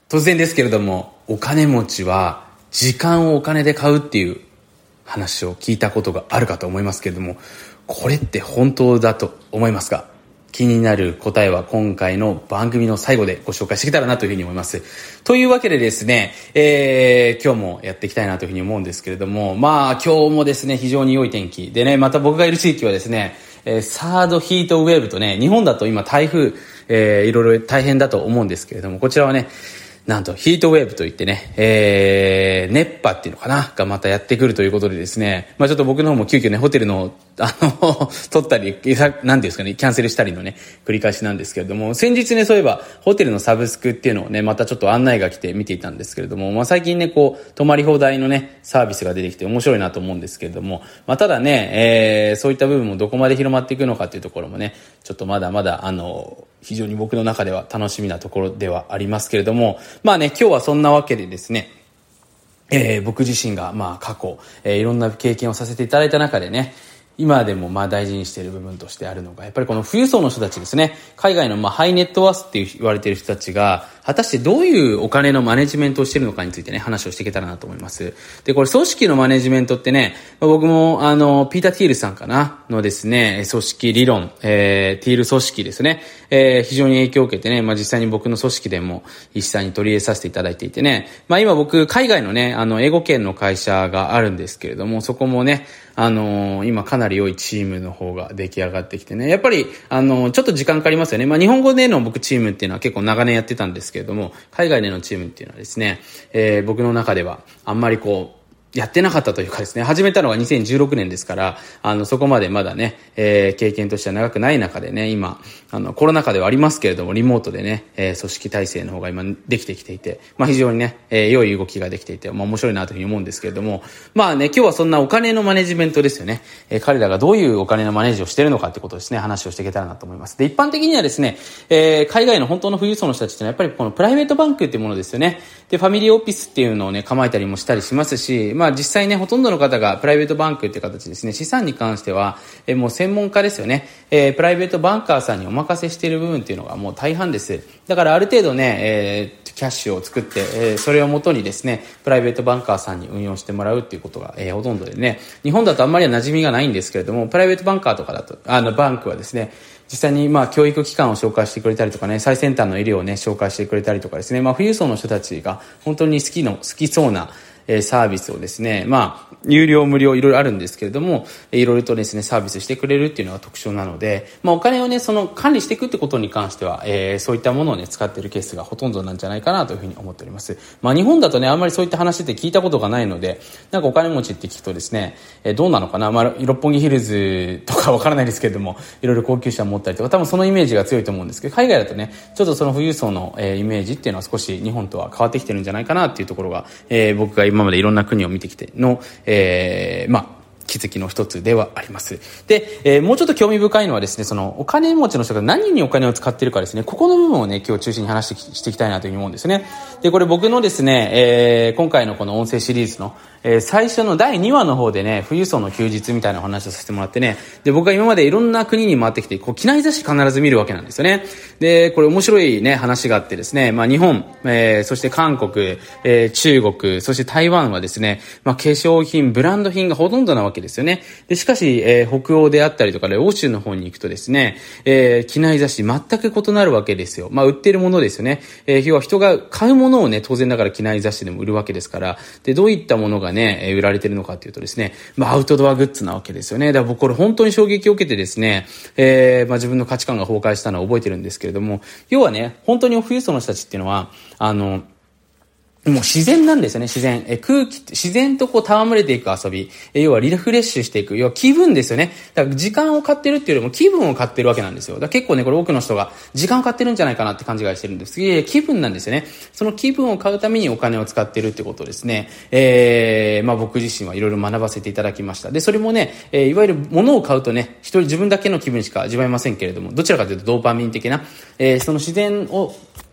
突然ですけれども、お金持ちは時間をお金で買うっていう話を聞いたことがあるかと思いますけれども、これって本当だと思いますか？気になる答えは今回の番組の最後でご紹介していけたらなというふうに思います。というわけでですね、今日もやっていきたいなというふうに思うんですけれども、今日もですね、非常に良い天気でね、また僕がいる地域はですね、サードヒートウェーブとね、日本だと今台風、いろいろ大変だと思うんですけれども、こちらはね、なんとヒートウェーブといってね、熱波っていうのかながまたやってくるということでですね、ちょっと僕の方も急遽ね、ホテルの取ったり、なんていうんですかね、キャンセルしたりのね、繰り返しなんですけれども、先日ね、そういえばホテルのサブスクっていうのをね、またちょっと案内が来て見ていたんですけれども、最近ね、泊まり放題のね、サービスが出てきて面白いなと思うんですけれども、ただね、そういった部分もどこまで広まっていくのかっていうところもね、ちょっとまだまだ非常に僕の中では楽しみなところではありますけれども、今日はそんなわけでですね、僕自身が過去、いろんな経験をさせていただいた中でね、今でも大事にしている部分としてあるのが、やっぱりこの富裕層の人たちですね。海外のハイネットワースって言われている人たちが、果たしてどういうお金のマネジメントをしているのかについてね、話をしていけたらなと思います。で、これ組織のマネジメントってね、僕もピーター・ティールさんかなのですね、組織理論、ティール組織ですね、非常に影響を受けてね、実際に僕の組織でも一際に取り入れさせていただいていてね、今僕海外のね、英語圏の会社があるんですけれども、そこもね、今かなり良いチームの方が出来上がってきてね、やっぱりちょっと時間かかりますよね。日本語での僕チームっていうのは結構長年やってたんですけれども、海外でのチームっていうのはですね、僕の中ではあんまりやってなかったというかですね、始めたのが2016年ですから、そこまでまだね、経験としては長くない中でね、今、コロナ禍ではありますけれども、リモートでね、組織体制の方が今できてきていて、非常にね、良い動きができていて、面白いなというふうに思うんですけれども、今日はそんなお金のマネジメントですよね。彼らがどういうお金のマネージをしているのかってことをですね、話をしていけたらなと思います。で、一般的にはですね、海外の本当の富裕層の人たちっていうのは、やっぱりこのプライベートバンクっていうものですよね。で、ファミリーオフィスっていうのをね、構えたりもしたりしますし、実際ね、ほとんどの方がプライベートバンクっていう形ですね、資産に関しては、もう専門家ですよね。プライベートバンカーさんにお任せしている部分っていうのがもう大半です。だからある程度ね、キャッシュを作って、それをもとにですね、プライベートバンカーさんに運用してもらうっていうことが、ほとんどでね、日本だとあんまりは馴染みがないんですけれども、プライベートバンカーとかだと、バンクはですね、実際に教育機関を紹介してくれたりとかね、最先端の医療をね、紹介してくれたりとかですね、富裕層の人たちが本当に好きそうなサービスをですね、有料無料いろいろあるんですけれども、いろいろとですねサービスしてくれるっていうのが特徴なので、お金をねその管理していくってことに関しては、そういったものをね使っているケースがほとんどなんじゃないかなというふうに思っております。日本だとねあんまりそういった話って聞いたことがないので、なんかお金持ちって聞くとですね、どうなのかな、六本木ヒルズとかわからないですけれども、いろいろ高級車を持ったりとか、多分そのイメージが強いと思うんですけど、海外だとねちょっとその富裕層の、イメージっていうのは少し日本とは変わってきてるんじゃないかなっていうところが、僕が今までいろんな国を見てきての、気づきの一つではあります。で、もうちょっと興味深いのはですね、そのお金持ちの人が何にお金を使っているかですね、ここの部分をね今日中心に話していきたいなというふうに思うんですね。で、これ僕のですね、今回のこの音声シリーズの、最初の第2話の方でね、富裕層の休日みたいなお話をさせてもらってね、で僕が今までいろんな国に回ってきて機内雑誌必ず見るわけなんですよね。で、これ面白いね話があってですね、日本、そして韓国、中国、そして台湾はですね、化粧品ブランド品がほとんどなわけですよね。でしかし、北欧であったりとか欧州の方に行くとですね、機内雑誌全く異なるわけですよ。売ってるものですよね。要は人が買うものをね当然ながら機内雑誌でも売るわけですから、でどういったものがね売られてるのかというとですね、アウトドアグッズなわけですよね。だから僕これ本当に衝撃を受けてですね、自分の価値観が崩壊したのを覚えてるんですけれども、要はね本当に富裕層の人たちっていうのはもう自然なんですよね、自然。空気、自然と戯れていく遊び。要はリフレッシュしていく。要は気分ですよね。だから時間を買ってるっていうよりも気分を買ってるわけなんですよ。だから結構ね、これ多くの人が時間を買ってるんじゃないかなって勘違いしてるんですけど、気分なんですよね。その気分を買うためにお金を使ってるってことですね。僕自身はいろいろ学ばせていただきました。で、それもね、いわゆる物を買うとね、自分だけの気分しか味わえませんけれども、どちらかというとドーパミン的な、その自然を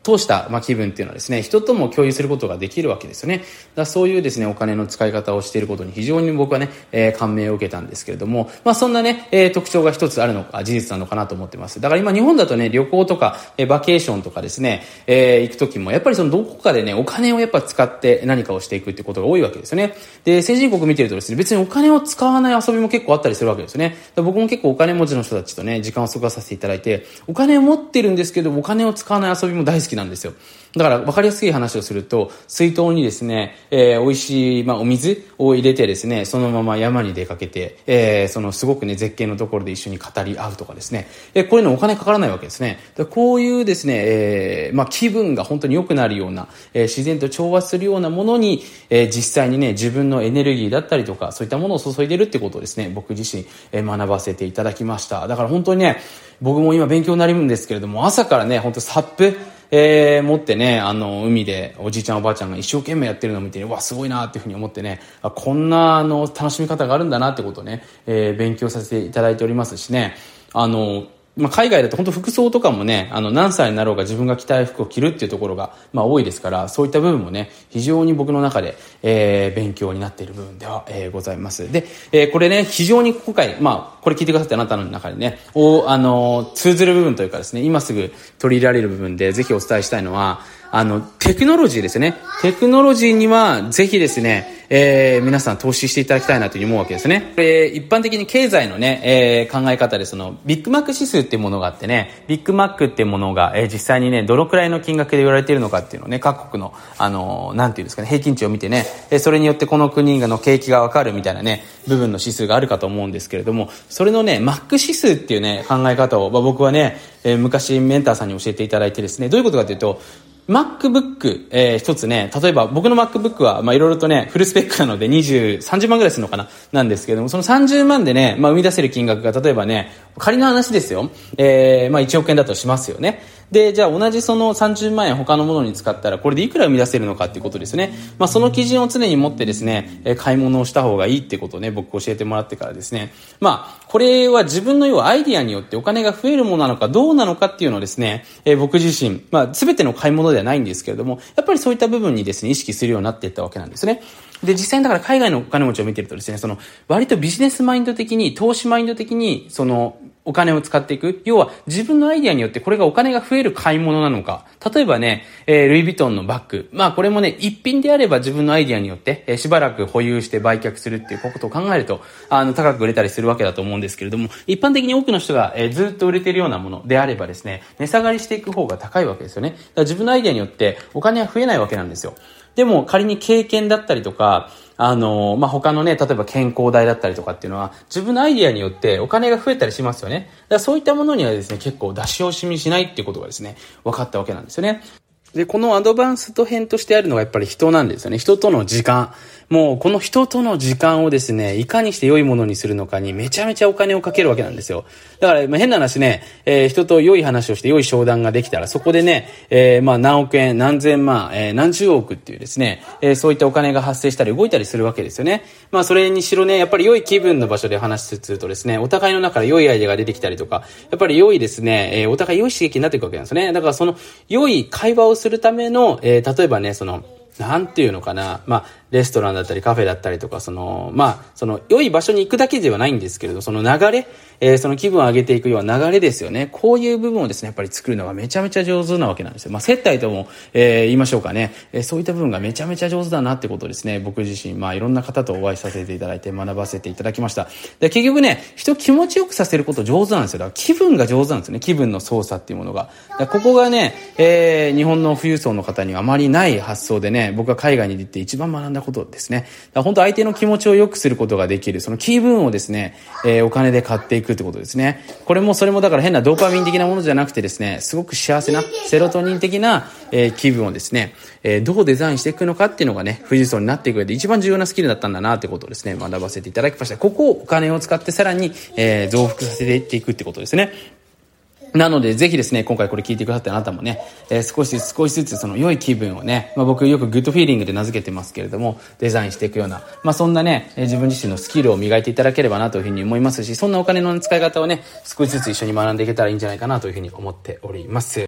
通した、気分っていうのはですね、人とも共有することができるわけですよね。だからそういうですね、お金の使い方をしていることに非常に僕はね、感銘を受けたんですけれども、そんなね、特徴が一つあるのか、事実なのかなと思ってます。だから今日本だとね、旅行とか、バケーションとかですね、行くときも、やっぱりそのどこかでね、お金をやっぱ使って何かをしていくってことが多いわけですよね。で、先進国見てるとですね、別にお金を使わない遊びも結構あったりするわけですよね。だから僕も結構お金持ちの人たちとね、時間を過ごさせていただいて、お金を持ってるんですけど、お金を使わない遊びも大好きなんですよ。だから分かりやすい話をすると、水筒にですね、美味しい、お水を入れてですね、そのまま山に出かけて、そのすごくね、絶景のところで一緒に語り合うとかですね、こういうのお金かからないわけですね。こういうですね、気分が本当に良くなるような、自然と調和するようなものに、実際にね、自分のエネルギーだったりとか、そういったものを注いでるってことをですね、僕自身、学ばせていただきました。だから本当にね、僕も今勉強になるんですけれども、朝からね、本当サップ、持ってね、海でおじいちゃんおばあちゃんが一生懸命やってるのを見て、うわ、すごいなっていうふうに思ってね、こんな楽しみ方があるんだなってことをね、勉強させていただいておりますしね、海外だと本当服装とかもね、何歳になろうが自分が着たい服を着るっていうところが、多いですから、そういった部分もね、非常に僕の中で、勉強になっている部分では、ございます。で、これね、非常に今回、これ聞いてくださってあなたの中でね、通ずる部分というかですね、今すぐ取り入れられる部分で、ぜひお伝えしたいのは、テクノロジーですね。テクノロジーには、ぜひですね、皆さん投資していただきたいなというふうに思うわけですね。一般的に経済のね、考え方でビッグマック指数っていうものがあってね、ビッグマックっていうものが、実際にね、どのくらいの金額で売られているのかっていうのをね、各国の、なんていうんですかね、平均値を見てね、それによってこの国の景気がわかるみたいなね、部分の指数があるかと思うんですけれども、それのね、マック指数っていうね、考え方を、僕はね、昔メンターさんに教えていただいてですね、どういうことかというと、MacBook、一つね、例えば僕の MacBook は、いろいろとね、フルスペックなので30万ぐらいするのかななんですけれども、その30万でね、生み出せる金額が例えばね、仮の話ですよ。1億円だとしますよね。で、じゃあ同じその30万円他のものに使ったら、これでいくら生み出せるのかっていうことですね。その基準を常に持ってですね、買い物をした方がいいってことをね、僕教えてもらってからですね。これは自分の要はアイディアによってお金が増えるものなのかどうなのかっていうのをですね、僕自身、全ての買い物ではないんですけれども、やっぱりそういった部分にですね、意識するようになっていったわけなんですね。で、実際にだから海外のお金持ちを見てるとですね、割とビジネスマインド的に、投資マインド的に、お金を使っていく。要は自分のアイデアによってこれがお金が増える買い物なのか。例えばね、ルイ・ヴィトンのバッグ。これもね、一品であれば自分のアイデアによって、しばらく保有して売却するっていうことを考えると、高く売れたりするわけだと思うんですけれども、一般的に多くの人が、ずっと売れているようなものであればですね、値下がりしていく方が高いわけですよね。だから自分のアイデアによってお金は増えないわけなんですよ。でも仮に経験だったりとか、他のね、例えば健康代だったりとかっていうのは、自分のアイデアによってお金が増えたりしますよね。だからそういったものにはですね、結構出し惜しみしないっていうことがですね、分かったわけなんですよね。で、このアドバンスト編としてあるのがやっぱり人なんですよね。人との時間。もうこの人との時間をですね、いかにして良いものにするのかにめちゃめちゃお金をかけるわけなんですよ。だから、変な話ね、人と良い話をして良い商談ができたら、そこでね、何億円、何千万、何十億っていうですね、そういったお金が発生したり動いたりするわけですよね。それにしろね、やっぱり良い気分の場所で話するとですね、お互いの中で良いアイデアが出てきたりとか、やっぱり良いですね、お互い良い刺激になっていくわけなんですよね。だからその良い会話をするための、例えばね、なんていうのかな、レストランだったりカフェだったりとか、良い場所に行くだけではないんですけれど、その流れ、その気分を上げていくような流れですよね。こういう部分をですね、やっぱり作るのがめちゃめちゃ上手なわけなんですよ。接待とも、言いましょうかね。そういった部分がめちゃめちゃ上手だなってことですね。僕自身、いろんな方とお会いさせていただいて学ばせていただきました。で、結局ね、人を気持ちよくさせること上手なんですよ。だから気分が上手なんですよね。気分の操作っていうものが。ここがね、日本の富裕層の方にはあまりない発想でね、僕が海外に出て一番学んだことですね。本当相手の気持ちを良くすることができる、その気分をですね、お金で買っていくってことですね。それもだから変なドーパミン的なものじゃなくてですね、すごく幸せなセロトニン的な、気分をですね、どうデザインしていくのかっていうのがね、富裕層になっていく上で一番重要なスキルだったんだなってことをですね、学ばせていただきました。ここをお金を使ってさらに、増幅させていっていくってことですね。なので、ぜひですね、今回これ聞いてくださってあなたもね、少しずつその良い気分をね、僕よくグッドフィーリングで名付けてますけれども、デザインしていくような、そんなね、自分自身のスキルを磨いていただければなというふうに思いますし、そんなお金の使い方をね、少しずつ一緒に学んでいけたらいいんじゃないかなというふうに思っております。